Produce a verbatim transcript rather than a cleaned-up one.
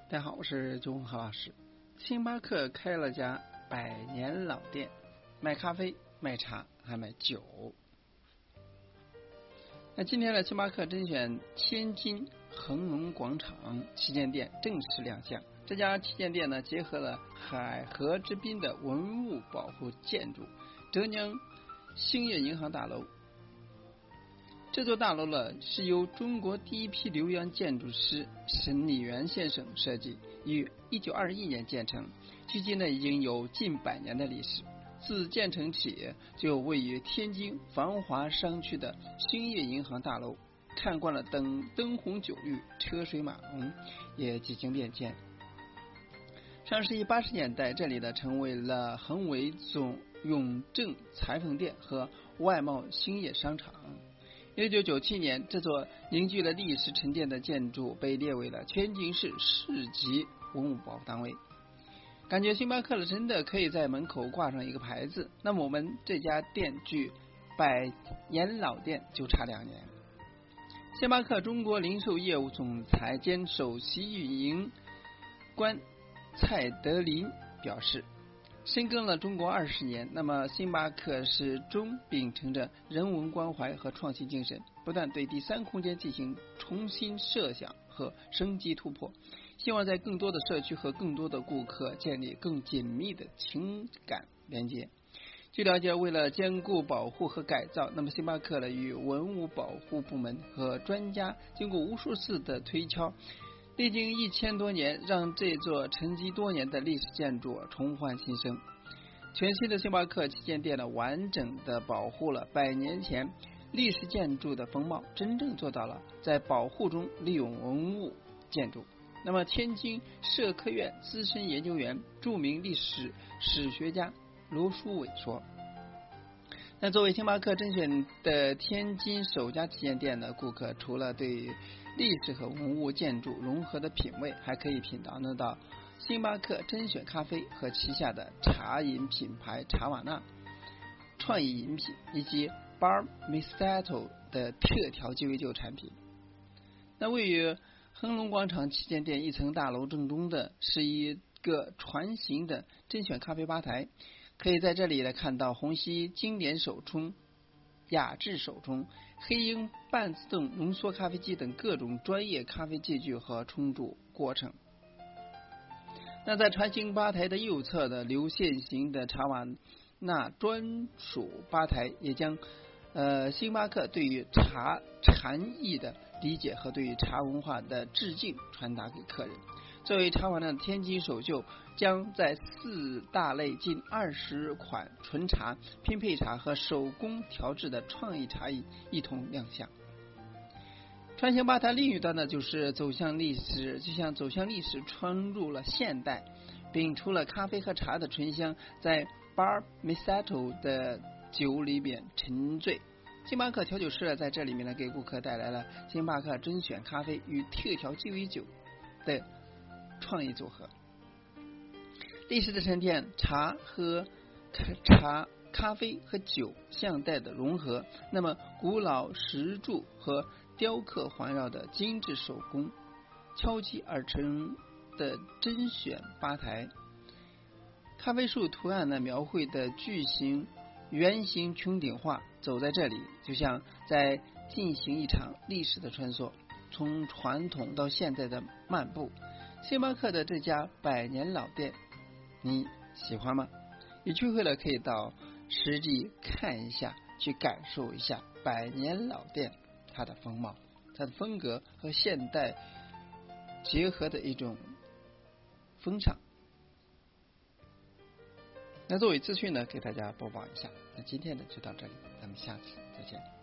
大家好，我是周文浩老师。星巴克开了家百年老店，卖咖啡、卖茶，还卖酒。那今天呢，星巴克甄选天津恒隆广场旗舰店正式亮相。这家旗舰店呢，结合了海河之滨的文物保护建筑浙江兴业银行大楼。这座大楼呢，是由中国第一批留洋建筑师沈礼元先生设计，于一九二一年建成，距今呢已经有近百年的历史。自建成起，就位于天津繁华商区的兴业银行大楼，看惯了灯灯红酒绿、车水马龙，也几经变迁。上世纪八十年代，这里呢成为了恒维总永正裁缝店和外贸兴业商场。一九九七年，这座凝聚了历史沉淀的建筑被列为了天津市市级文物保护单位。感觉星巴克了真的可以在门口挂上一个牌子。那么我们这家店距百年老店就差两年。星巴克中国零售业务总裁兼首席运营官蔡德林表示，深耕了中国二十年，那么星巴克始终秉承着人文关怀和创新精神，不断对第三空间进行重新设想和升级突破，希望在更多的社区和更多的顾客建立更紧密的情感连接。据了解，为了兼顾保护和改造，那么星巴克呢与文物保护部门和专家经过无数次的推敲，历经一千多年，让这座沉积多年的历史建筑重焕新生。全新的星巴克旗舰店呢，完整的保护了百年前历史建筑的风貌，真正做到了在保护中利用文物建筑。那么，天津社科院资深研究员、著名历史史学家罗书伟说：“那作为星巴克甄选的天津首家旗舰店的顾客，除了对历史和文物建筑融合的品味，还可以品尝得到星巴克甄选咖啡和旗下的茶饮品牌茶瓦纳创意饮品，以及 Bar Misato 的特调鸡尾酒产品。那位于恒隆广场旗舰店一层大楼正中的是一个船形的甄选咖啡吧台，可以在这里来看到虹吸经典手冲、雅致手冲、黑鹰半自动浓缩咖啡机等各种专业咖啡器具和冲煮过程。那在船形吧台的右侧的流线型的茶瓦纳专属吧台，也将呃星巴克对于茶禅意的理解和对于茶文化的致敬传达给客人。作为茶瓦纳的天津首秀，将在四大类近二十款纯茶、拼配茶和手工调制的创意茶饮一同亮相。船形吧台另一端呢，就是走向历史，就像走向历史穿入了现代，摒除了咖啡和茶的醇香，在 Bar Misato 的酒里边沉醉。星巴克调酒师在这里面呢，给顾客带来了星巴克甄选咖啡与特调鸡尾酒的创意组合。历史的沉淀，茶和茶、咖啡和酒相带的融合，那么古老石柱和雕刻环绕的精致手工敲击而成的甄选吧台，咖啡树图案呢描绘的巨型圆形穹顶画，走在这里就像在进行一场历史的穿梭，从传统到现代的漫步。星巴克的这家百年老店你喜欢吗？有机会了可以到实地看一下，去感受一下百年老店它的风貌、它的风格和现代结合的一种风尚。那作为资讯呢，给大家播报一下。那今天呢就到这里，咱们下次再见。